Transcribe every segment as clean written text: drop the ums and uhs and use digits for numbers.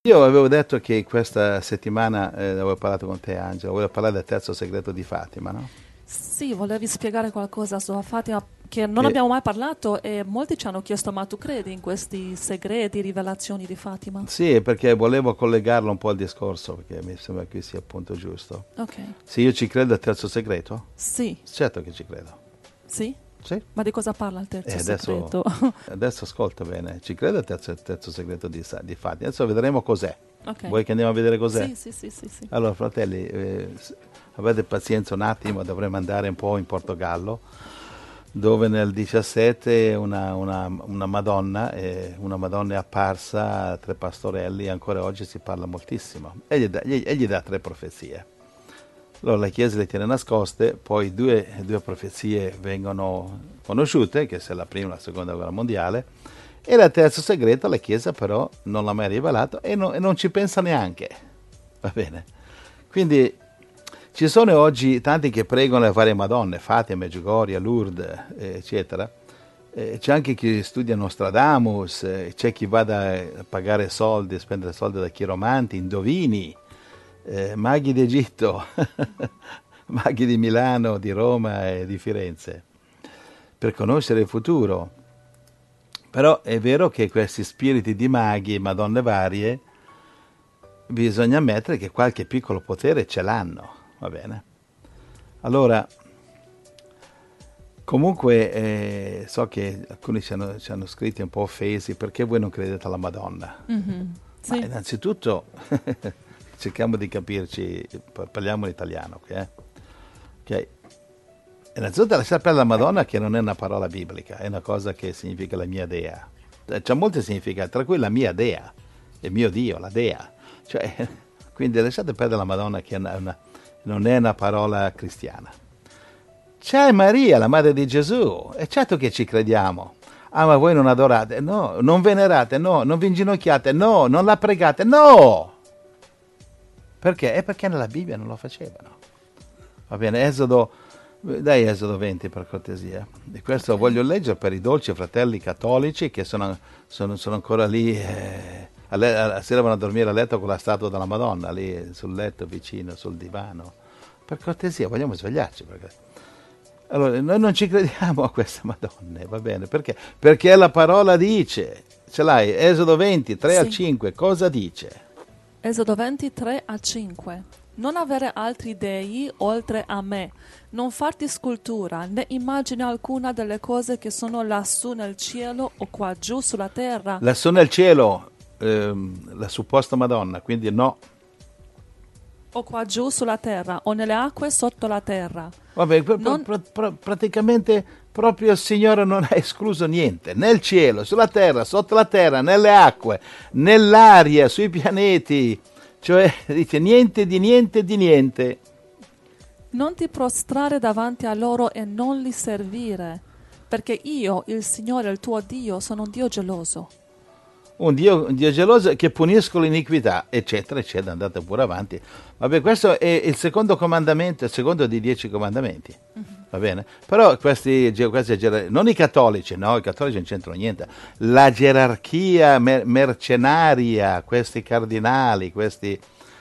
Io avevo detto che questa settimana avevo parlato con te, Angelo, volevo parlare del terzo segreto di Fatima, no? Sì, volevi spiegare qualcosa su Fatima che non Che, abbiamo mai parlato e molti ci hanno chiesto: ma tu credi in questi segreti, rivelazioni di Fatima? sì, perché volevo collegarlo un po' al discorso, perché mi sembra che sia il punto giusto. Ok. Se io ci credo al terzo segreto? Sì, Certo che ci credo. sì? Sì. Ma di cosa parla il E terzo adesso, segreto? adesso ascolta bene, ci credo al terzo segreto di Fatima. Adesso vedremo cos'è. Ok. Vuoi che andiamo a vedere cos'è? Sì, sì, sì, sì, sì. Allora, fratelli, avete pazienza un attimo, dovremo andare un po' in Portogallo, dove nel 17 una Madonna è apparsa a tre pastorelli, e ancora oggi si parla moltissimo. E gli dà tre profezie. Allora la Chiesa le tiene nascoste, poi due profezie vengono conosciute, che sia la prima e la seconda guerra mondiale, e il terzo segreto la Chiesa però non l'ha mai rivelato e non ci pensa neanche. Va bene? Quindi ci sono oggi tanti che pregano le varie Madonne, Fatima, Medjugorje, Lourdes, eccetera. C'è anche chi studia Nostradamus, c'è chi va a pagare soldi, spendere soldi da chiromanti, indovini, maghi d'Egitto, maghi di Milano, di Roma e di Firenze, per conoscere il futuro. Però è vero che questi spiriti di maghi e madonne varie bisogna ammettere che qualche piccolo potere ce l'hanno, va bene? Allora, comunque so che alcuni ci hanno scritto un po' offesi: perché voi non credete alla Madonna? Mhm. Ma Sì. innanzitutto cerchiamo di capirci, parliamo in italiano qui, ok? Innanzitutto lasciare perdere la Madonna, che non è una parola biblica, è una cosa che significa la mia dea. C'ha molti significati, tra cui la mia dea, il mio Dio, la dea. Cioè, quindi lasciate perdere la Madonna, che non è una parola cristiana. C'è Maria, la madre di Gesù, è certo che ci crediamo. Ah, ma voi non adorate? No. Non venerate? No. Non vi inginocchiate? No. Non la pregate? No. Perché? È perché nella Bibbia non lo facevano. Va bene, dai Esodo 20 per cortesia. E questo Ok. voglio leggere per i dolci fratelli cattolici che sono ancora lì, a sera vanno a dormire a letto con la statua della Madonna, lì sul letto vicino, sul divano. Per cortesia, vogliamo svegliarci. Allora, noi non ci crediamo a queste Madonne, va bene? Perché? Perché la parola dice, ce l'hai, Esodo 20, 3 al Sì. 5, cosa dice? Esodo 23 a 5. Non avere altri dei oltre a me, non farti scultura né immagine alcuna delle cose che sono lassù nel cielo o qua giù sulla terra Lassù nel cielo, la supposta Madonna, quindi no. o qua giù sulla terra o nelle acque sotto la terra. Vabbè, Non, praticamente proprio il Signore non ha escluso niente, nel cielo, sulla terra, sotto la terra, nelle acque, nell'aria, sui pianeti, cioè dice niente di niente di niente. non ti prostrare davanti a loro e non li servire, perché io, il Signore, il tuo Dio, sono un Dio geloso. Un Dio geloso che punisco l'iniquità, eccetera, eccetera, andate pure avanti. Vabbè, questo è il secondo comandamento, il secondo dei 10 comandamenti, va bene? Però non i cattolici, no, i cattolici non c'entrano niente. La gerarchia mercenaria, questi cardinali, questi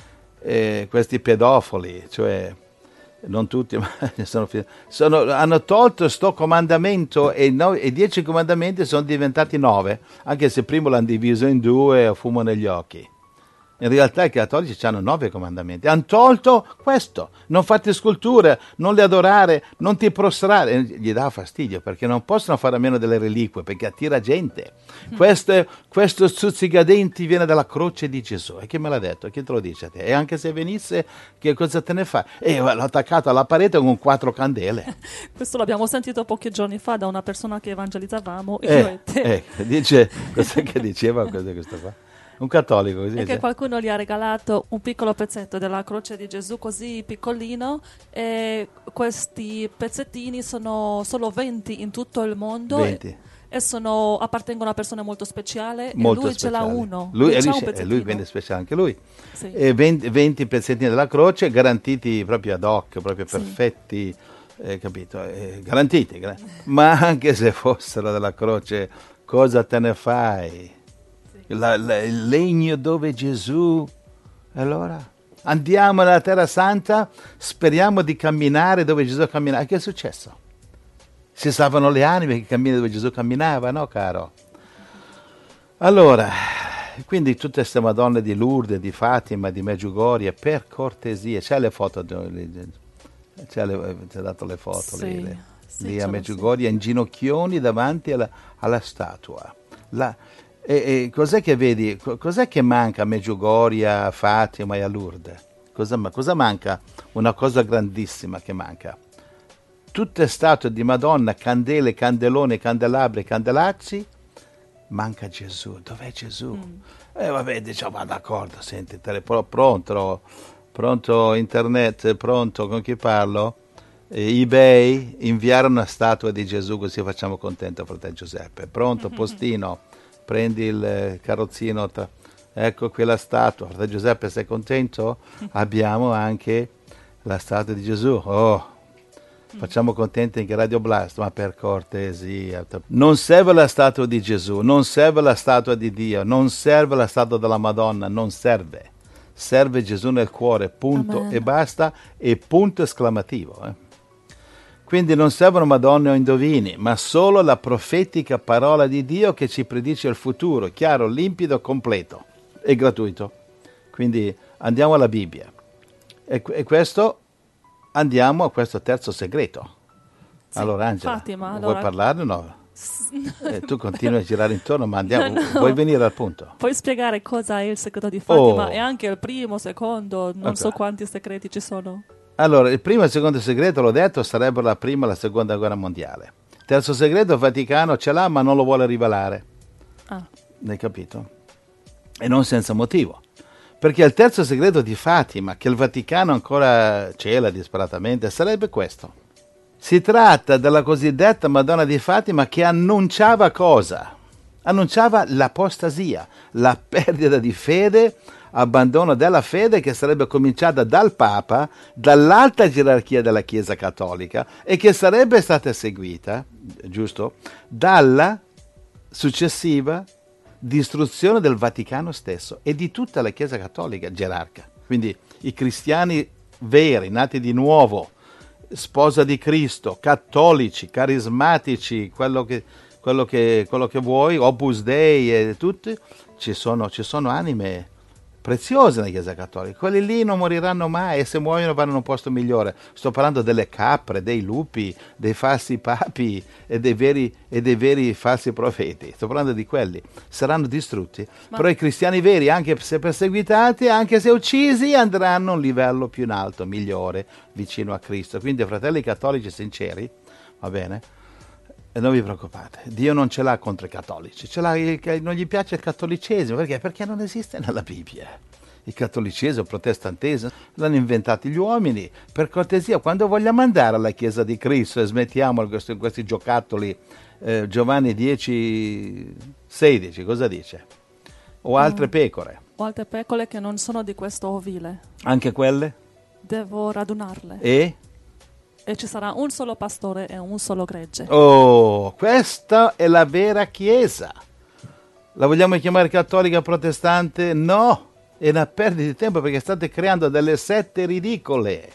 pedofili, cioè non tutti, ma hanno tolto sto comandamento e i 10 comandamenti sono diventati 9, anche se prima l'hanno diviso in 2, fumo negli occhi. In realtà i cattolici hanno 9 comandamenti. Hanno tolto questo: non fate sculture, non le adorare, non ti prostrare. Gli dà fastidio perché non possono fare a meno delle reliquie, perché attira gente. Questo stuzzigadenti viene dalla croce di Gesù. E chi me l'ha detto? Chi te lo dice a te? E anche se venisse, che cosa te ne fa? E l'ho attaccato alla parete con 4 candele. Questo l'abbiamo sentito pochi giorni fa da una persona che evangelizzavamo, io e te. Dice, cos'è che diceva questo qua? Un cattolico, così E che dice. qualcuno gli ha regalato un piccolo pezzetto della croce di Gesù, così piccolino, e questi pezzettini sono solo 20 in tutto il mondo 20. e appartengono a persone molto speciali, Molto e lui ce l'ha speciali. uno. Lui, c'ha un lui pezzettino. vende speciale anche lui. Sì. E 20 pezzettini della croce garantiti proprio ad hoc, proprio Sì. perfetti, capito? Garantiti. Ma anche se fossero della croce, cosa te ne fai? Sì. il legno dove Gesù... Allora, andiamo nella Terra Santa, speriamo di camminare dove Gesù camminava. Che è successo? Si salvano le anime che camminano dove Gesù camminava, no caro? Allora, quindi tutte queste Madonne di Lourdes, di Fatima, di Medjugorje, per cortesia, c'è le foto, ti ha dato le foto Sì, lì ce a l'ho, Medjugorje, in ginocchioni davanti alla statua. E cos'è che vedi? Cos'è che manca a Medjugorje, a Fatima e a Lourdes? Cosa manca? Una cosa grandissima che manca. Tutte statue di Madonna, candele, candeloni, candelabri, candelacci, manca Gesù. Dov'è Gesù? Vabbè, diciamo, va d'accordo, senti, pronto internet, pronto, con chi parlo? eBay, inviare una statua di Gesù così facciamo contento fratello Giuseppe. Pronto, postino, prendi il carrozzino, ecco qui la statua. Fratello Giuseppe, sei contento? Abbiamo anche la statua di Gesù. Oh, facciamo contenti anche Radio Blast, ma per cortesia. Non serve la statua di Gesù, non serve la statua di Dio, non serve la statua della Madonna, non serve. Serve Gesù nel cuore, punto. Amen. E basta, e punto esclamativo. Quindi non servono Madonne o indovini, ma solo la profetica parola di Dio che ci predice il futuro, chiaro, limpido, completo e gratuito. Quindi andiamo alla Bibbia. E questo... Andiamo a questo terzo segreto. Sì, allora, Angela, Fatima, vuoi parlarne o no? Tu continui a girare intorno, ma andiamo. No. Vuoi venire al punto? Puoi spiegare cosa è il segreto di Fatima Oh. e anche il primo, secondo, non so quanti segreti ci sono. Allora, il primo e il secondo segreto, l'ho detto, sarebbero la prima e la seconda guerra mondiale. Terzo segreto, il Vaticano ce l'ha, ma non lo vuole rivelare. Ah, Hai capito? E non senza motivo. Perché il terzo segreto di Fatima, che il Vaticano ancora cela disperatamente, sarebbe questo. Si tratta della cosiddetta Madonna di Fatima che annunciava cosa? Annunciava l'apostasia, la perdita di fede, abbandono della fede che sarebbe cominciata dal Papa, dall'alta gerarchia della Chiesa Cattolica e che sarebbe stata seguita, giusto, dalla successiva distruzione del Vaticano stesso e di tutta la Chiesa Cattolica gerarca. Quindi i cristiani veri, nati di nuovo, sposa di Cristo, cattolici, carismatici, quello che vuoi, Opus Dei e tutti, ci sono anime preziose nella Chiesa Cattolica. Quelli lì non moriranno mai e se muoiono vanno in un posto migliore. Sto parlando delle capre, dei lupi, dei falsi papi e dei veri falsi profeti. Sto parlando di quelli. Saranno distrutti. Però i cristiani veri, anche se perseguitati, anche se uccisi, andranno a un livello più in alto, migliore, vicino a Cristo. Quindi, fratelli cattolici sinceri, va bene? E non vi preoccupate, Dio non ce l'ha contro i cattolici, non gli piace il cattolicesimo, perché? Perché non esiste nella Bibbia. Il cattolicesimo, il protestantesimo, l'hanno inventati gli uomini. Per cortesia, quando vogliamo andare alla Chiesa di Cristo e smettiamo questi giocattoli, Giovanni 10:16, cosa dice? O altre pecore. o altre pecore che non sono di questo ovile. Anche quelle? Devo radunarle. E ci sarà un solo pastore e un solo gregge. Oh, questa è la vera Chiesa. La vogliamo chiamare cattolica protestante? No, è una perdita di tempo perché state creando delle sette ridicole.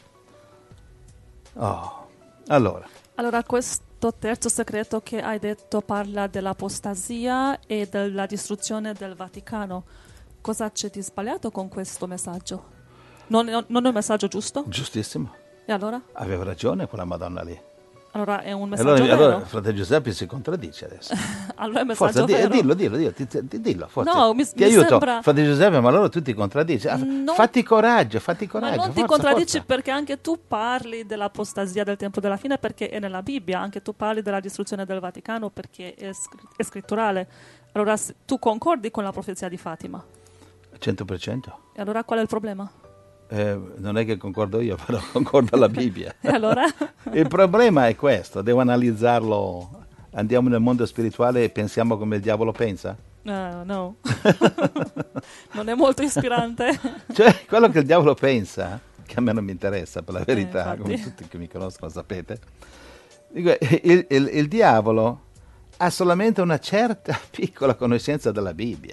Oh, allora, questo terzo segreto che hai detto parla dell'apostasia e della distruzione del Vaticano. Cosa c'è di sbagliato con questo messaggio? Non è un messaggio giusto? giustissimo. E allora? Aveva ragione quella Madonna lì. Allora è un messaggio vero? Allora fratello Giuseppe si contraddice adesso. Allora è un messaggio Forza, vero? dillo, forza. No, mi aiuto, sembra... fratello Giuseppe, ma allora tu ti contraddici. Fatti coraggio. Ma non ti contraddici perché anche tu parli dell'apostasia del tempo della fine perché è nella Bibbia, anche tu parli della distruzione del Vaticano perché è scritturale. Allora tu concordi con la profezia di Fatima? 100%. E allora qual è il problema? Non è che concordo io, però concorda la Bibbia. E allora? Il problema è questo, devo analizzarlo. Andiamo nel mondo spirituale e pensiamo come il diavolo pensa? No. Non è molto ispirante. Cioè, quello che il diavolo pensa, che a me non mi interessa per la verità, infatti. come tutti che mi conoscono sapete, dico, il diavolo ha solamente una certa piccola conoscenza della Bibbia.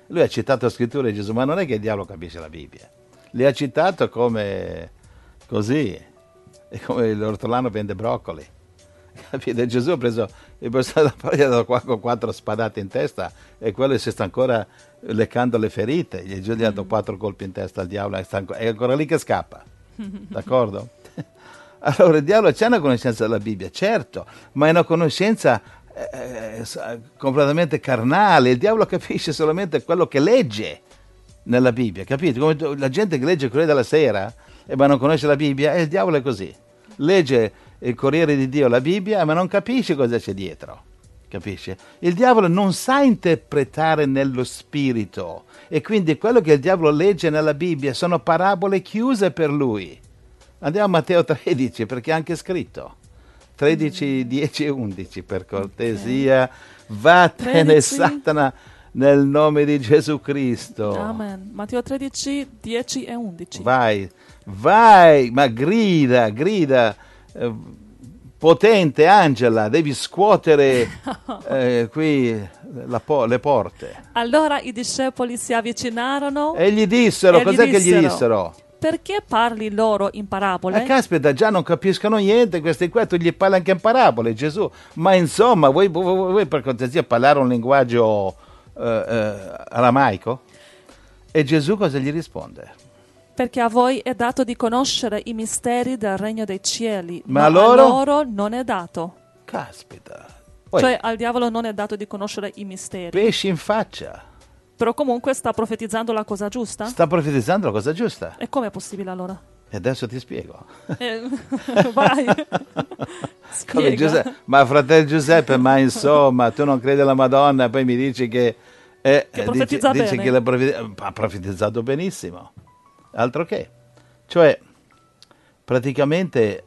Lui ha citato la scrittura di Gesù, ma non è che il diavolo capisce la Bibbia. Li ha citato come così, è come l'ortolano vende broccoli. Capite? Gesù ha preso il bersaglio da poi, gli ha dato qua con 4 spadate in testa e quello si sta ancora leccando le ferite. Gesù gli ha dato 4 colpi in testa al diavolo, è ancora lì che scappa. D'accordo? Allora il diavolo c'è una conoscenza della Bibbia, certo, ma è una conoscenza completamente carnale. Il diavolo capisce solamente quello che legge nella Bibbia, capite? Come la gente che legge il Corriere della Sera ma non conosce la Bibbia, e il diavolo è così. Legge il Corriere di Dio, la Bibbia, ma non capisce cosa c'è dietro, capisce? Il diavolo non sa interpretare nello spirito, e quindi quello che il diavolo legge nella Bibbia sono parabole chiuse per lui. Andiamo a Matteo 13, perché è anche scritto 13, 10 e 11, per cortesia. Vattene, Satana, nel nome di Gesù Cristo. Amen. Matteo 13, 10 e 11. Vai, ma grida, potente Angela, devi scuotere qui le porte. Allora i discepoli si avvicinarono e gli dissero, cos'è che gli dissero? Perché parli loro in parabole? Caspita, già non capiscono niente questi qua, tu gli parli anche in parabole, Gesù. Ma insomma, voi per cortesia parlare un linguaggio aramaico? E Gesù cosa gli risponde? Perché a voi è dato di conoscere i misteri del regno dei cieli, ma a loro non è dato. Caspita. Cioè al diavolo non è dato di conoscere i misteri. Pesci in faccia. Però comunque sta profetizzando la cosa giusta? Sta profetizzando la cosa giusta. E com'è possibile allora? E adesso ti spiego. Vai. Spiega. Ma fratello Giuseppe, ma insomma, tu non credi alla Madonna e poi mi dici che profetizza bene. Dici che ha profetizzato benissimo. Altro che. Cioè, praticamente,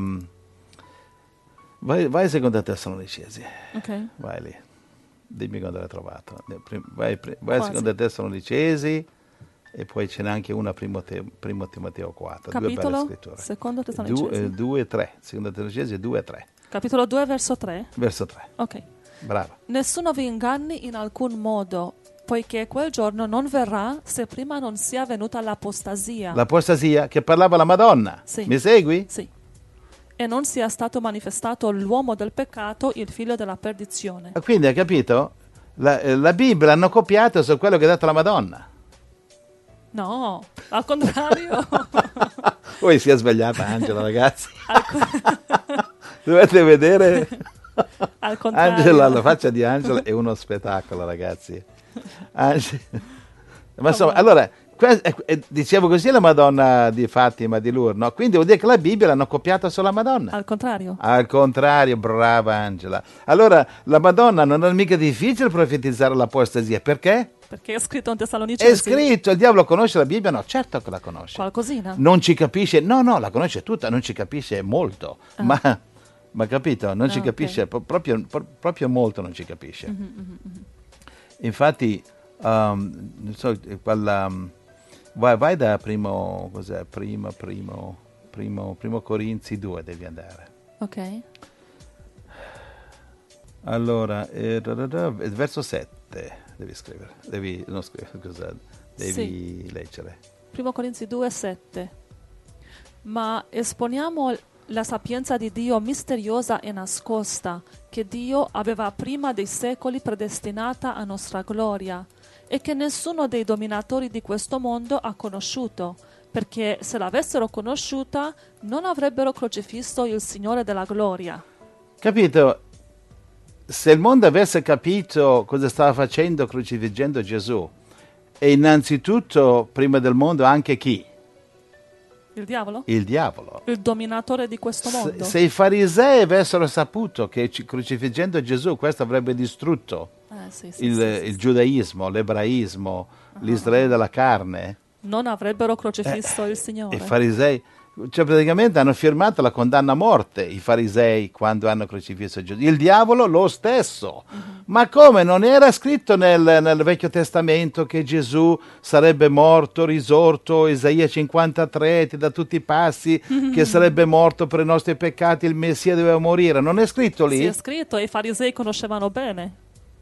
vai a seconda Tessalonicesi. Ok. Vai lì. Dimmi quando l'hai trovato. Vai a seconda Tessalonicesi e poi ce n'è anche una primo Timoteo 4. Capitolo? Due belle scritture. Secondo Tessalonicesi. 2 e 3. Seconda Tessalonicesi 2 e 3. Capitolo 2, verso 3? Verso 3. Ok. Brava. Nessuno vi inganni in alcun modo, poiché quel giorno non verrà se prima non sia venuta l'apostasia. L'apostasia che parlava la Madonna. Sì. Mi segui? Sì. E non sia stato manifestato l'uomo del peccato, il figlio della perdizione. Quindi hai capito? La Bibbia l'hanno copiata su quello che ha detto la Madonna. No, al contrario. Poi si è svegliata Angela, ragazzi. Dovete vedere. Al contrario. Angela, la faccia di Angela è uno spettacolo, ragazzi. Ma insomma, allora, dicevo così la Madonna di Fatima, di Lourdes, no? Quindi vuol dire che la Bibbia l'hanno copiata sulla Madonna. Al contrario. Al contrario, brava Angela. Allora, la Madonna non è mica difficile profetizzare l'apostasia, perché? Perché è scritto in Tessalonicesi. È scritto, il diavolo conosce la Bibbia? No, certo che la conosce. Qualcosina. Non ci capisce, no, la conosce tutta, non ci capisce molto, ma capito, non ci capisce, proprio molto non ci capisce. Infatti, non so, vai da primo Corinzi 2 devi andare. Ok. Allora, verso 7 devi scrivere, devi leggere. Primo Corinzi 2, 7. Ma esponiamo la sapienza di Dio misteriosa e nascosta, che Dio aveva prima dei secoli predestinata a nostra gloria, e che nessuno dei dominatori di questo mondo ha conosciuto, perché se l'avessero conosciuta non avrebbero crocifisso il Signore della gloria. Capito? Se il mondo avesse capito cosa stava facendo crocifiggendo Gesù, e innanzitutto prima del mondo anche chi? Il diavolo? Il diavolo. Il dominatore di questo mondo. Se i farisei avessero saputo che crocifiggendo Gesù questo avrebbe distrutto il giudaismo, l'ebraismo, l'Israele della carne, non avrebbero crocifisso il Signore. I farisei, cioè praticamente hanno firmato la condanna a morte i farisei quando hanno crocifisso Gesù. Il diavolo lo stesso. Ma come? Non era scritto nel Vecchio Testamento che Gesù sarebbe morto, risorto, Isaia 53, ti dà tutti i passi, che sarebbe morto per i nostri peccati, il Messia doveva morire. Non è scritto lì? Sì, è scritto e i farisei conoscevano bene.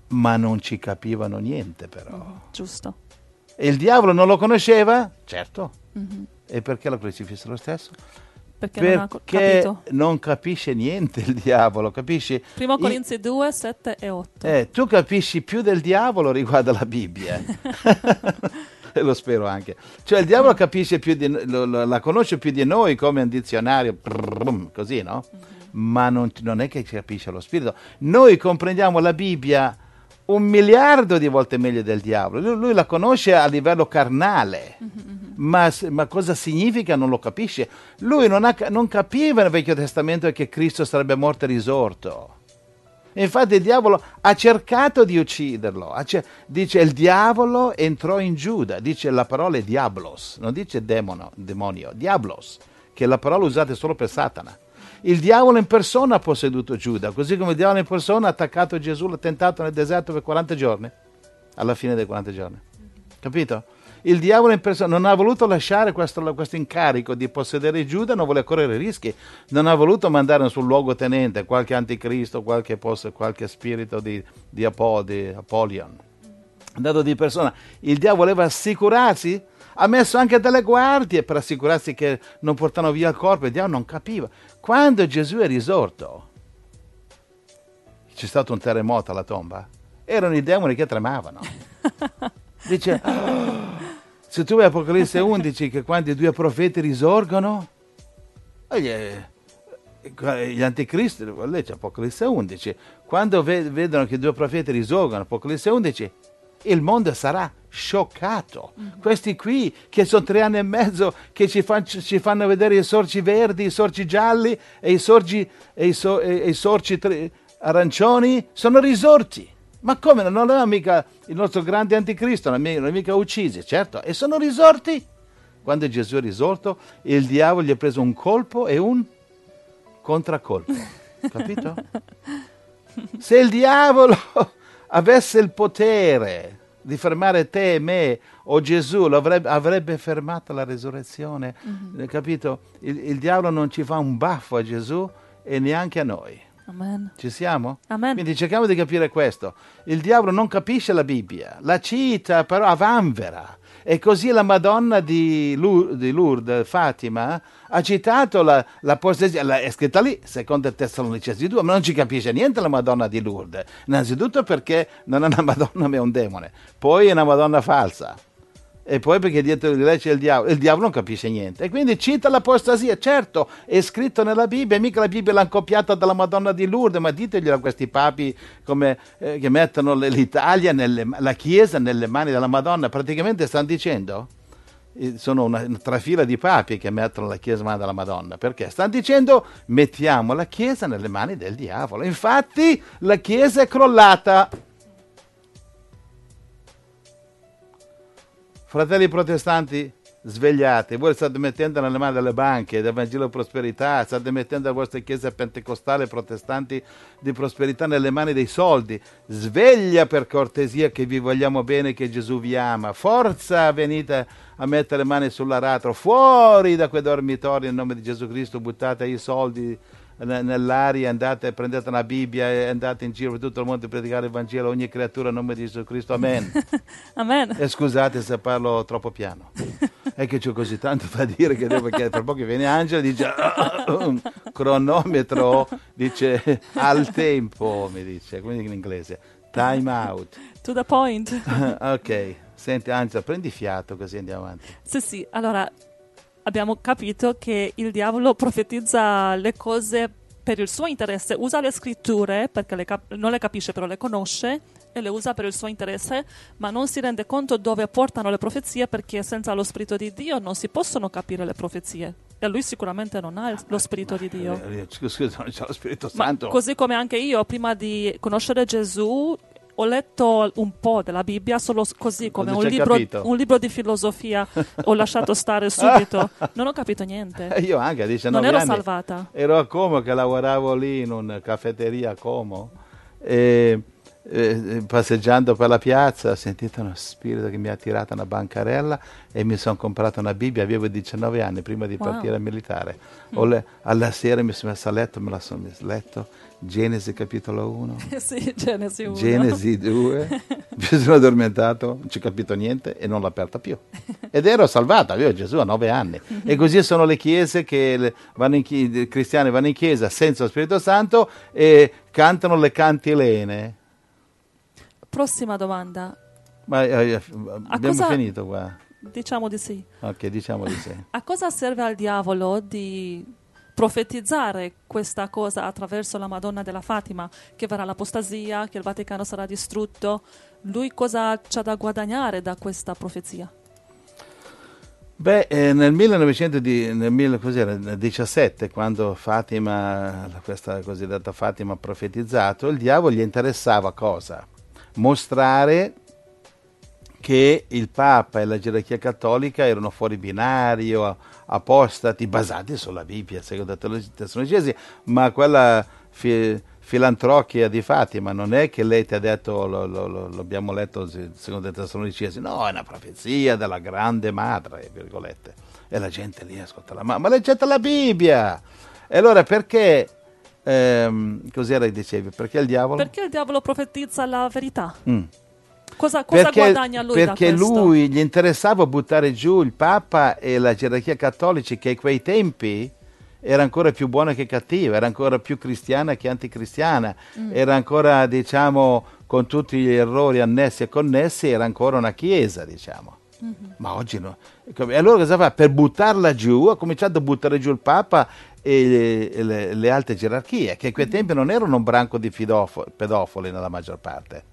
ma non ci capivano niente però. Giusto. E il diavolo non lo conosceva? Certo. E perché lo crocifisso lo stesso? Perché non ha Perché capito. non capisce niente il diavolo, capisci? Primo Corinzi 2, 7 e 8. Tu capisci più del diavolo riguardo alla Bibbia. E lo spero anche. Cioè il diavolo capisce più la conosce più di noi come un dizionario, così, no? Ma non è che capisce lo spirito. Noi comprendiamo la Bibbia 1 miliardo di volte meglio del diavolo. Lui la conosce a livello carnale, ma cosa significa non lo capisce. Lui non capiva nel Vecchio Testamento che Cristo sarebbe morto e risorto. Infatti il diavolo ha cercato di ucciderlo. Dice il diavolo entrò in Giuda, dice la parola diablos, non dice demonio, diablos, che è la parola usata solo per Satana. Il diavolo in persona ha posseduto Giuda, così come il diavolo in persona ha attaccato Gesù, l'ha tentato nel deserto per 40 giorni, alla fine dei 40 giorni. Capito? Il diavolo in persona non ha voluto lasciare questo incarico di possedere Giuda, non vuole correre rischi, non ha voluto mandare sul luogotenente qualche anticristo, qualche spirito di Apollyon. È andato di persona. Il diavolo voleva assicurarsi, ha messo anche delle guardie per assicurarsi che non portano via il corpo. Il diavolo non capiva. Quando Gesù è risorto, c'è stato un terremoto alla tomba, erano i demoni che tremavano. Dice, se tu vai a Apocalisse 11, che quando i 2 profeti risorgono, gli anticristi, lì c'è Apocalisse 11, quando vedono che i 2 profeti risorgono, Apocalisse 11, il mondo sarà scioccato. Questi qui, che sono 3 anni e mezzo, che ci fanno vedere i sorci verdi, i sorci gialli e i sorci arancioni, sono risorti. Ma come? Non aveva mica il nostro grande anticristo, non aveva mica uccisi, certo, e sono risorti. Quando Gesù è risorto, il diavolo gli ha preso un colpo e un contraccolpo, capito? Se il diavolo avesse il potere di fermare te e me, o Gesù avrebbe fermato la resurrezione, capito? Il diavolo non ci fa un baffo a Gesù e neanche a noi. Amen. Ci siamo? Amen. Quindi cerchiamo di capire questo. Il diavolo non capisce la Bibbia, la cita però a vanvera. E così la Madonna di Lourdes, Fatima, ha citato la poesia, è scritta lì, secondo Tessalonicesi 2, ma non ci capisce niente la Madonna di Lourdes. Innanzitutto perché non è una Madonna ma è un demone, poi è una Madonna falsa. E poi perché dietro di lei c'è il diavolo non capisce niente. E quindi cita l'apostasia, certo, è scritto nella Bibbia, mica la Bibbia l'hanno copiata dalla Madonna di Lourdes, ma diteglielo a questi papi che mettono l'Italia, la Chiesa nelle mani della Madonna. Praticamente stanno dicendo, sono una trafila di papi che mettono la Chiesa nelle mani della Madonna, perché stanno dicendo mettiamo la Chiesa nelle mani del diavolo. Infatti la Chiesa è crollata. Fratelli protestanti, svegliate, voi state mettendo nelle mani delle banche del Vangelo Prosperità, state mettendo le vostre chiese pentecostali protestanti di prosperità nelle mani dei soldi. Sveglia per cortesia, che vi vogliamo bene, che Gesù vi ama. Forza, venite a mettere le mani sull'aratro, fuori da quei dormitori, in nome di Gesù Cristo, buttate i soldi nell'aria, prendete una Bibbia e andate in giro per tutto il mondo a predicare il Vangelo a ogni creatura, in nome di Gesù Cristo, amen. Amen. E scusate se parlo troppo piano, è che c'ho così tanto da dire che tra poco viene Angelo e dice cronometro, dice al tempo, mi dice, quindi in inglese time out. To the point. Ok, senti Angelo, prendi fiato così andiamo avanti. Sì, allora abbiamo capito che il diavolo profetizza le cose per il suo interesse, usa le scritture perché non le capisce però le conosce e le usa per il suo interesse, ma non si rende conto dove portano le profezie, perché senza lo Spirito di Dio non si possono capire le profezie e lui sicuramente non ha lo Spirito di Dio. Scusa, non c'è lo Spirito Santo. Ma così come anche io, prima di conoscere Gesù, ho letto un po' della Bibbia, solo così come un libro di filosofia, ho lasciato stare subito, non ho capito niente. Io anche a 19 non ero anni salvata. Ero a Como, che lavoravo lì in una caffetteria a Como, e passeggiando per la piazza ho sentito uno spirito che mi ha tirato una bancarella e mi sono comprato una Bibbia. Avevo 19 anni prima di partire al militare. Alla sera mi sono messo a letto, me la sono letto Genesi capitolo 1, Sì, Genesi 1. Genesi 2, mi sono addormentato, non ci ho capito niente e non l'ho aperta più. Ed ero salvato, avevo Gesù a 9 anni. E così sono le chiese che i cristiani vanno in chiesa senza lo Spirito Santo e cantano le cantilene. Prossima domanda. Ma abbiamo finito qua? Diciamo di sì. Ok, diciamo di sì. A cosa serve al diavolo di profetizzare questa cosa attraverso la Madonna della Fatima, che verrà l'apostasia, che il Vaticano sarà distrutto? Lui cosa c'ha da guadagnare da questa profezia? Beh, nel 1917, quando Fatima, questa cosiddetta Fatima ha profetizzato, il diavolo gli interessava cosa? Mostrare che il Papa e la gerarchia cattolica erano fuori binario, apostati, basati sulla Bibbia, secondo la Tessalonicesi, ma quella filantrochia di Fatima non è che lei ti ha detto, lo abbiamo letto secondo i Tessalonicesi, no, è una profezia della grande madre, virgolette, e la gente lì ascolta ma leggete la Bibbia! E allora perché... cos'era che dicevi? Perché il diavolo? Perché il diavolo profetizza la verità. Cosa guadagna lui da questo? Perché lui gli interessava buttare giù il Papa e la gerarchia cattolica, che a quei tempi era ancora più buona che cattiva, era ancora più cristiana che anticristiana, era ancora, diciamo, con tutti gli errori annessi e connessi, era ancora una chiesa, diciamo. Ma oggi no. E allora cosa fa? Per buttarla giù ha cominciato a buttare giù il Papa e le alte gerarchie, che a quei tempi non erano un branco di pedofili nella maggior parte.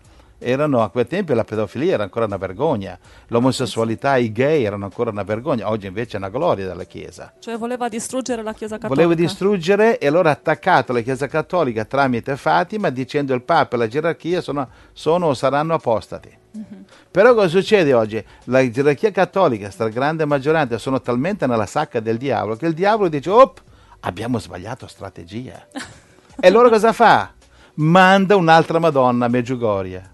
A quei tempi la pedofilia era ancora una vergogna, l'omosessualità, i gay erano ancora una vergogna, oggi invece è una gloria della Chiesa. Cioè voleva distruggere la Chiesa cattolica. Voleva distruggere e allora ha attaccato la Chiesa cattolica tramite Fatima dicendo il Papa e la gerarchia sono o saranno apostati. Però cosa succede oggi? La gerarchia cattolica, stragrande maggioranza, sono talmente nella sacca del diavolo che il diavolo dice abbiamo sbagliato strategia. E allora cosa fa? Manda un'altra Madonna a Medjugorje.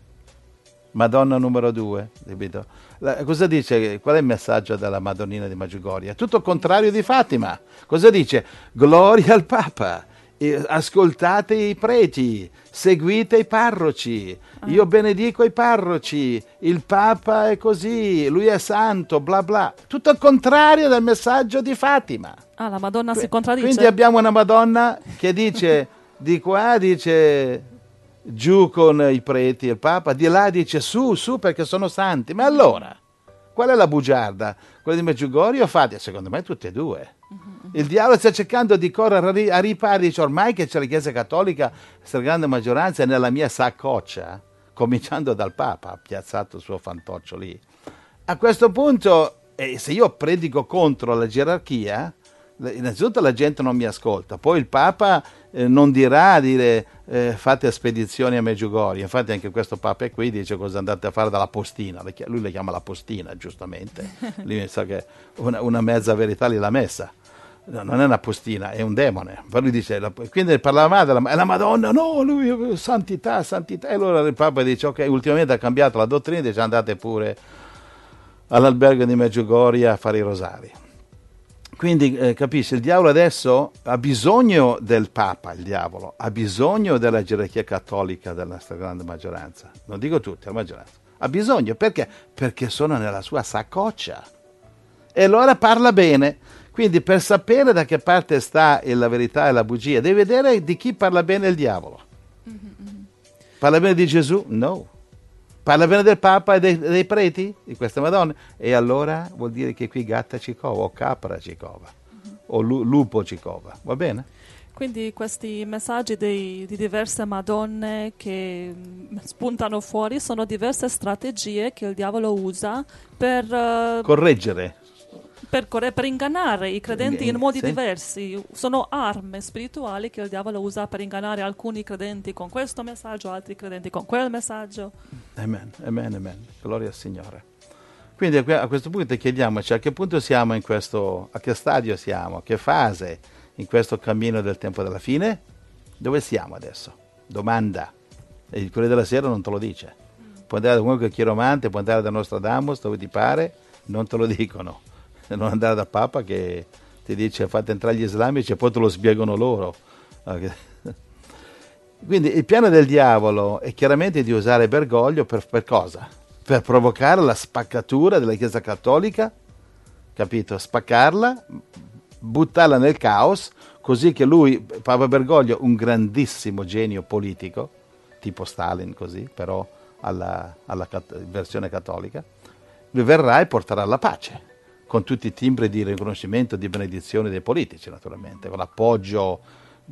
Madonna numero 2, capito? Cosa dice? Qual è il messaggio della Madonnina di Medjugorje? Tutto il contrario di Fatima. Cosa dice? Gloria al Papa, ascoltate i preti, seguite i parroci, io benedico i parroci, il Papa è così, lui è santo, bla bla. Tutto il contrario del messaggio di Fatima. La Madonna si contraddice? Quindi abbiamo una Madonna che dice, di qua dice... giù con i preti e il Papa, di là dice su perché sono santi. Ma allora, qual è la bugiarda? Quella di Medjugorje o Fatima? Secondo me tutte e due. Il diavolo sta cercando di correre a ripari, dice ormai che c'è la Chiesa Cattolica, stragrande maggioranza, è nella mia saccoccia, cominciando dal Papa, ha piazzato il suo fantoccio lì. A questo punto, se io predico contro la gerarchia, innanzitutto la gente non mi ascolta, poi il Papa non dirà fate spedizioni a Medjugorje. Infatti anche questo Papa è qui, dice cosa andate a fare dalla postina, lui le chiama la postina giustamente, lui sa che una mezza verità lì l'ha messa, no, non è una postina, è un demone. Poi lui dice, quindi parlava è la Madonna, no, lui santità, e allora il Papa dice ok, ultimamente ha cambiato la dottrina, dice andate pure all'albergo di Medjugorje a fare i rosari. Quindi capisci, il diavolo adesso ha bisogno del Papa, il diavolo, ha bisogno della gerarchia cattolica della stragrande maggioranza, non dico tutti, la maggioranza, ha bisogno, perché? Perché sono nella sua saccoccia, e allora parla bene, quindi per sapere da che parte sta la verità e la bugia, devi vedere di chi parla bene il diavolo. Parla bene di Gesù? No. Parla bene del Papa e dei preti, di queste Madonne, e allora vuol dire che qui gatta ci cova, o capra ci cova, o lupo ci cova, va bene? Quindi questi messaggi di diverse Madonne che spuntano fuori sono diverse strategie che il diavolo usa per correggere. Per ingannare i credenti in modi diversi. Sono armi spirituali che il diavolo usa per ingannare alcuni credenti con questo messaggio, altri credenti con quel messaggio. Amen. Gloria al Signore. Quindi a questo punto chiediamoci a che punto siamo a che stadio siamo, a che fase in questo cammino del tempo della fine? Dove siamo adesso? Domanda. E il Corriere della Sera non te lo dice. Puoi andare da qualunque chiromante, puoi andare da Nostradamus, dove ti pare, non te lo dicono. Non andare dal Papa che ti dice fate entrare gli islamici e poi te lo spiegano loro. Quindi il piano del diavolo è chiaramente di usare Bergoglio per cosa? Per provocare la spaccatura della Chiesa Cattolica, capito? Spaccarla, buttarla nel caos, così che lui, Papa Bergoglio, un grandissimo genio politico, tipo Stalin così, però alla versione cattolica, lui verrà e porterà la pace, con tutti i timbri di riconoscimento, di benedizione dei politici, naturalmente, con l'appoggio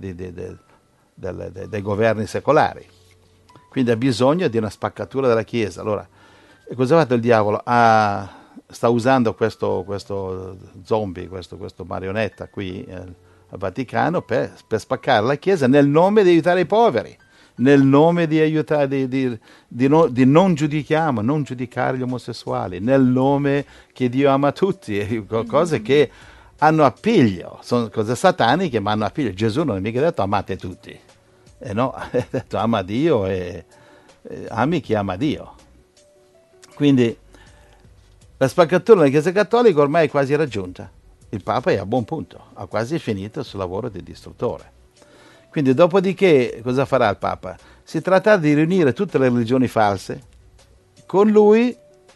dei governi secolari. Quindi ha bisogno di una spaccatura della Chiesa. Allora, e cosa ha fatto il diavolo? Sta usando questo zombie, questo marionetta qui al Vaticano per spaccare la Chiesa nel nome di aiutare i poveri, nel nome di aiutare, di non giudicare gli omosessuali, nel nome che Dio ama tutti, cose che hanno appiglio, sono cose sataniche ma hanno appiglio. Gesù non ha mica detto amate tutti, no, ha detto ama Dio e ami chi ama Dio. Quindi la spaccatura della Chiesa Cattolica ormai è quasi raggiunta. Il Papa è a buon punto, ha quasi finito il suo lavoro di distruttore. Quindi dopodiché cosa farà il Papa? Si tratta di riunire tutte le religioni false con lui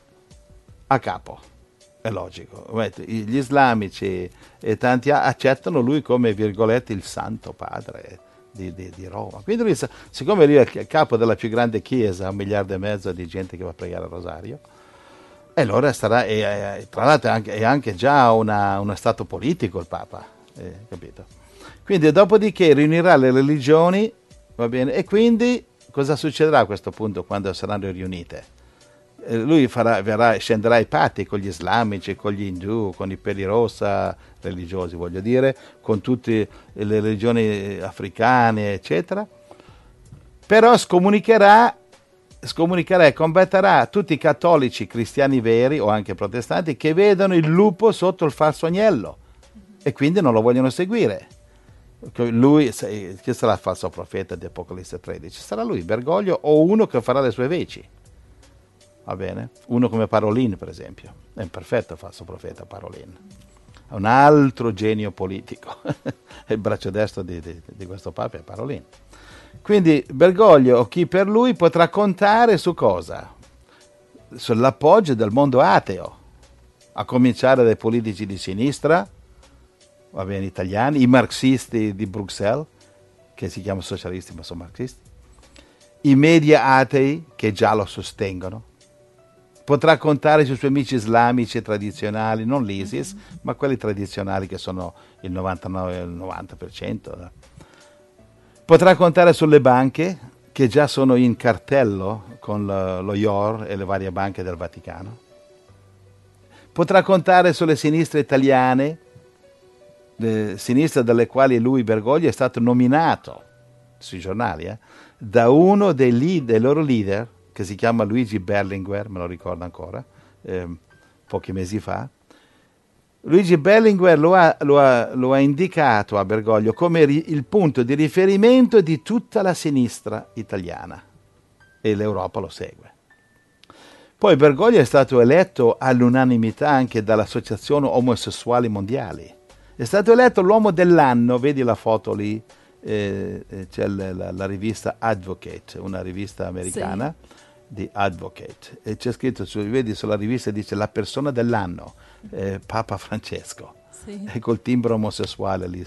a capo. È logico. Gli islamici e tanti accettano lui come, virgolette, il santo padre di Roma. Quindi lui, siccome lui è il capo della più grande chiesa, 1,5 miliardi di gente che va a pregare il rosario, e allora sarà, tra l'altro è anche già uno stato politico il Papa, capito? Quindi dopodiché riunirà le religioni, va bene, e quindi cosa succederà a questo punto quando saranno riunite? Lui scenderà ai patti con gli islamici, con gli indù, con i pellirossa religiosi, voglio dire, con tutte le religioni africane, eccetera, però scomunicherà e combatterà tutti i cattolici, cristiani veri o anche protestanti che vedono il lupo sotto il falso agnello e quindi non lo vogliono seguire. Lui, chi sarà il falso profeta di Apocalisse 13? Sarà lui, Bergoglio, o uno che farà le sue veci. Va bene? Uno come Parolin, per esempio. È un perfetto falso profeta, Parolin. È un altro genio politico. È il braccio destro di questo Papa, è Parolin. Quindi Bergoglio o chi per lui potrà contare su cosa? Sull'appoggio del mondo ateo, a cominciare dai politici di sinistra, va bene, italiani, i marxisti di Bruxelles, che si chiamano socialisti ma sono marxisti, i media atei che già lo sostengono, potrà contare sui suoi amici islamici e tradizionali, non l'ISIS, ma quelli tradizionali che sono il 99, il 90%. Potrà contare sulle banche che già sono in cartello con lo IOR e le varie banche del Vaticano. Potrà contare sulle sinistre italiane, sinistre dalle quali lui, Bergoglio, è stato nominato sui giornali da uno dei loro leader, che si chiama Luigi Berlinguer, me lo ricordo ancora, pochi mesi fa. Luigi Berlinguer lo ha indicato a Bergoglio come il punto di riferimento di tutta la sinistra italiana e l'Europa lo segue. Poi Bergoglio è stato eletto all'unanimità anche dall'Associazione Omosessuali Mondiali. È stato eletto l'uomo dell'anno, vedi la foto lì, c'è la rivista Advocate, una rivista americana, sì, di Advocate, e c'è scritto, vedi sulla rivista, dice la persona dell'anno, Papa Francesco, sì, e col timbro omosessuale lì.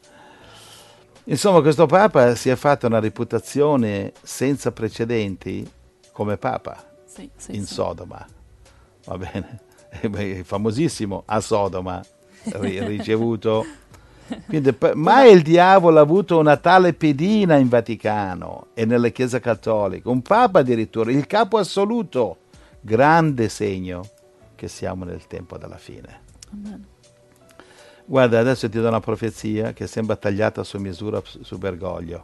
Insomma, questo Papa si è fatto una reputazione senza precedenti come Papa, sì, sì, in Sodoma, va bene, è famosissimo a Sodoma, ricevuto. Quindi, mai il diavolo ha avuto una tale pedina in Vaticano e nella Chiesa Cattolica, un Papa addirittura, il capo assoluto, grande segno che siamo nel tempo della fine. Amen. Guarda, adesso ti do una profezia che sembra tagliata su misura su Bergoglio.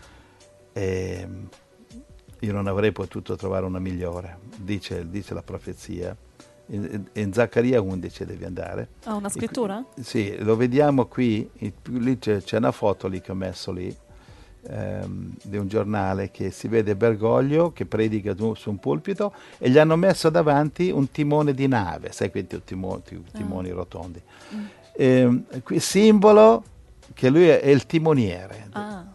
Io non avrei potuto trovare una migliore, dice la profezia. In Zaccaria 11 devi andare. Ah, una scrittura? Sì, lo vediamo qui, lì c'è una foto lì che ho messo lì, di un giornale che si vede Bergoglio che predica su un pulpito e gli hanno messo davanti un timone di nave, sai quei timoni rotondi, simbolo che lui è il timoniere.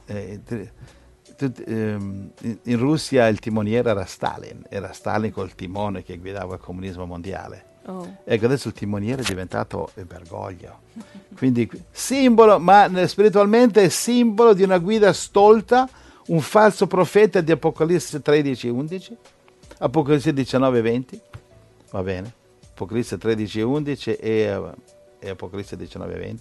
In Russia il timoniere era Stalin col timone che guidava il comunismo mondiale. Ecco, adesso il timoniere è diventato Bergoglio. Quindi simbolo, ma spiritualmente è simbolo di una guida stolta, un falso profeta di Apocalisse 13:11, Apocalisse 19:20, va bene? Apocalisse 13:11 e Apocalisse 19:20,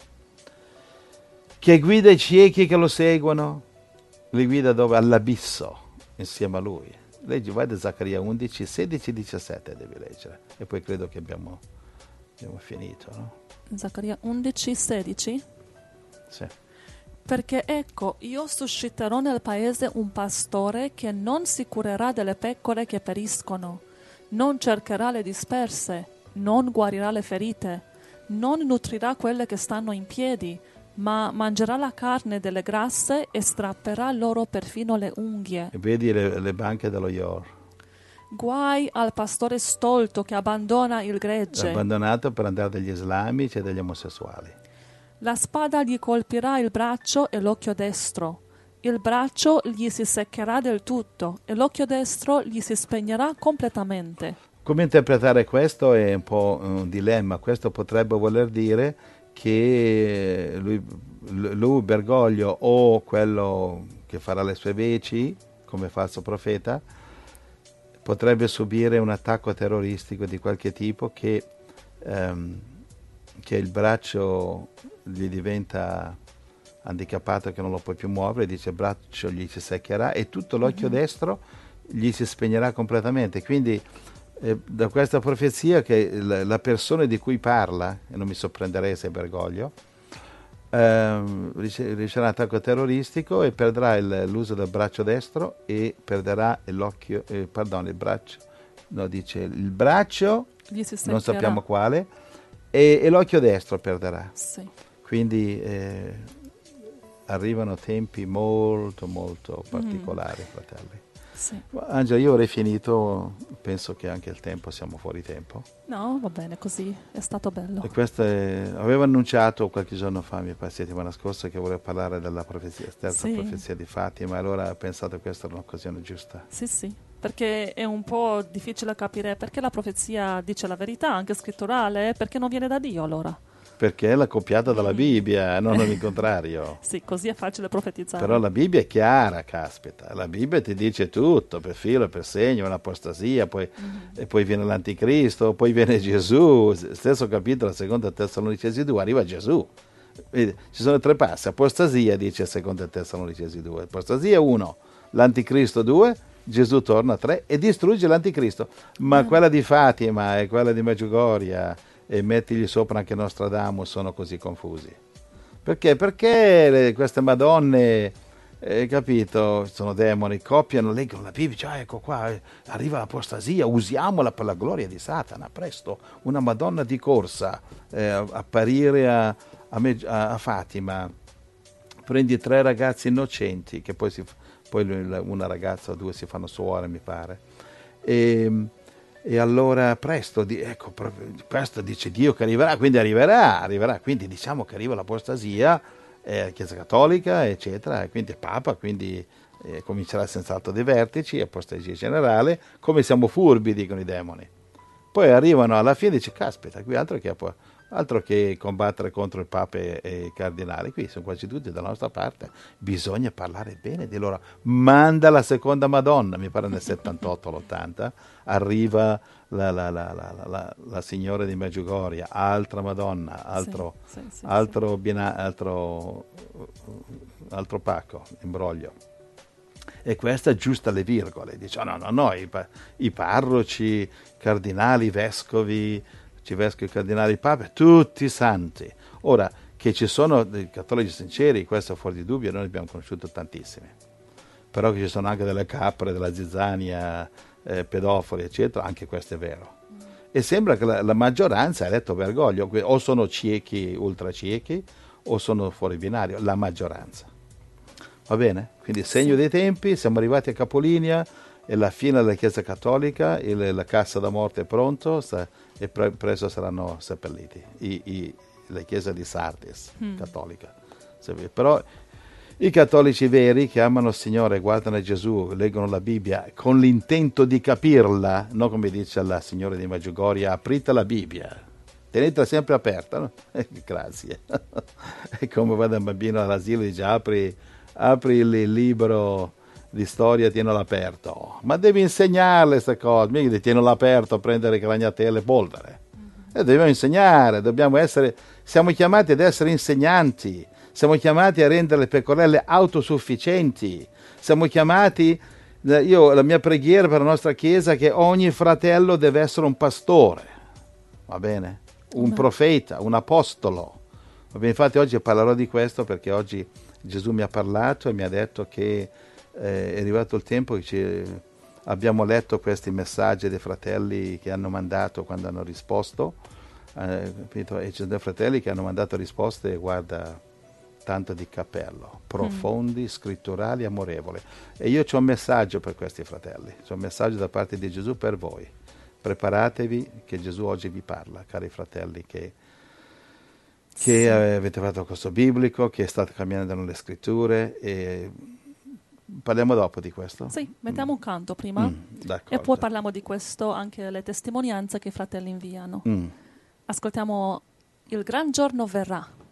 che guida i ciechi che lo seguono, li guida dove? All'abisso, insieme a lui. Leggi, vai da Zaccaria 11, 16, 17 devi leggere. E poi credo che abbiamo finito, no? Zaccaria 11, 16? Sì. Perché ecco, io susciterò nel paese un pastore che non si curerà delle pecore che periscono, non cercherà le disperse, non guarirà le ferite, non nutrirà quelle che stanno in piedi, ma mangerà la carne delle grasse e strapperà loro perfino le unghie. E vedi le banche dello Ior. Guai al pastore stolto che abbandona il gregge. Abbandonato per andare dagli islamici e dagli omosessuali. La spada gli colpirà il braccio e l'occhio destro. Il braccio gli si seccherà del tutto e l'occhio destro gli si spegnerà completamente. Come interpretare questo è un po' un dilemma. Questo potrebbe voler dire che lui Bergoglio o quello che farà le sue veci come falso profeta potrebbe subire un attacco terroristico di qualche tipo che il braccio gli diventa handicappato, che non lo può più muovere, dice il braccio gli si seccherà e tutto l'occhio destro gli si spegnerà completamente. Quindi da questa profezia che la persona di cui parla, e non mi sorprenderei se è Bergoglio, riceverà un attacco terroristico e perderà l'uso del braccio destro e perderà il braccio, no, dice il braccio, non sappiamo quale, e l'occhio destro perderà. Sì. Quindi arrivano tempi molto molto particolari, fratelli. Sì. Angela, io avrei finito, penso che anche il tempo, siamo fuori tempo. No, va bene così, è stato bello. E questo avevo annunciato qualche giorno fa, mi pare settimana scorsa, che volevo parlare della terza profezia di Fatima, allora ho pensato che questa era un'occasione giusta. Sì, perché è un po' difficile capire perché la profezia dice la verità, anche scritturale, perché non viene da Dio allora. Perché è la copiata dalla Bibbia, non il contrario. Sì, così è facile profetizzare. Però la Bibbia è chiara, caspita. La Bibbia ti dice tutto, per filo, per segno, un'apostasia, e poi viene l'anticristo, poi viene Gesù. Stesso capitolo, seconda Tessalonicesi 2, arriva Gesù. Ci sono 3 passi. Apostasia, dice seconda Tessalonicesi 2. Apostasia 1, l'anticristo 2, Gesù torna 3 e distrugge l'anticristo. Ma quella di Fatima e quella di Medjugorje e mettigli sopra anche Nostradamus sono così confusi. Perché? Perché queste madonne, capito, sono demoni, copiano, leggono la Bibbia, cioè, ecco qua, arriva l'apostasia, usiamola per la gloria di Satana, presto, una madonna di corsa, apparire a Fatima, prendi 3 ragazzi innocenti, che poi una ragazza o 2 si fanno suore, mi pare, e allora presto, ecco, questo dice Dio che arriverà, quindi arriverà, quindi diciamo che arriva l'apostasia, la Chiesa Cattolica, eccetera, e quindi il Papa, quindi comincerà senz'altro dei vertici, apostasia generale, come siamo furbi, dicono i demoni. Poi arrivano alla fine e dice, caspita, qui altro che combattere contro il Papa e i cardinali, qui sono quasi tutti dalla nostra parte, bisogna parlare bene di loro. Manda la seconda Madonna, mi pare nel 78 l'80, arriva la signora di Medjugorje, altra Madonna, altro pacco, imbroglio. E questa aggiusta le virgole, dice no, i parroci, cardinali, vescovi, cardinali, pape, tutti santi. Ora, che ci sono dei cattolici sinceri, questo fuori di dubbio, noi ne abbiamo conosciuto tantissimi. Però che ci sono anche delle capre, della zizzania, pedofili, eccetera, anche questo è vero. E sembra che la maggioranza ha eletto Bergoglio, o sono ciechi, ultra ciechi, o sono fuori binario, la maggioranza. Va bene? Quindi segno dei tempi, siamo arrivati a capolinea, è la fine della Chiesa Cattolica, la cassa da morte è pronto e presto saranno seppelliti la Chiesa di Sardis, cattolica. Però i cattolici veri che amano il Signore, guardano Gesù, leggono la Bibbia con l'intento di capirla, non come dice la signora di Medjugorje, aprite la Bibbia, tenetela sempre aperta, no? Grazie. È come vado un bambino all'asilo e dice apri il libro di storia, tienilo aperto, ma devi insegnarle queste cose, mica di tienilo aperto, prendere ragnatele e polvere. E dobbiamo insegnare, siamo chiamati ad essere insegnanti, siamo chiamati a rendere le pecorelle autosufficienti, siamo chiamati, la mia preghiera per la nostra Chiesa è che ogni fratello deve essere un pastore, va bene? Un profeta, un apostolo. Va bene, infatti oggi parlerò di questo perché oggi Gesù mi ha parlato e mi ha detto che è arrivato il tempo che abbiamo letto questi messaggi dei fratelli che hanno mandato quando hanno risposto, e ci sono dei fratelli che hanno mandato risposte, guarda, tanto di cappello, profondi, scritturali, amorevoli. E io ho un messaggio per questi fratelli, c'ho un messaggio da parte di Gesù per voi. Preparatevi che Gesù oggi vi parla, cari fratelli, che avete fatto il corso biblico, che state camminando nelle scritture, e parliamo dopo di questo? Sì, mettiamo un canto prima e poi parliamo di questo, anche le testimonianze che i fratelli inviano. Ascoltiamo Il gran giorno verrà.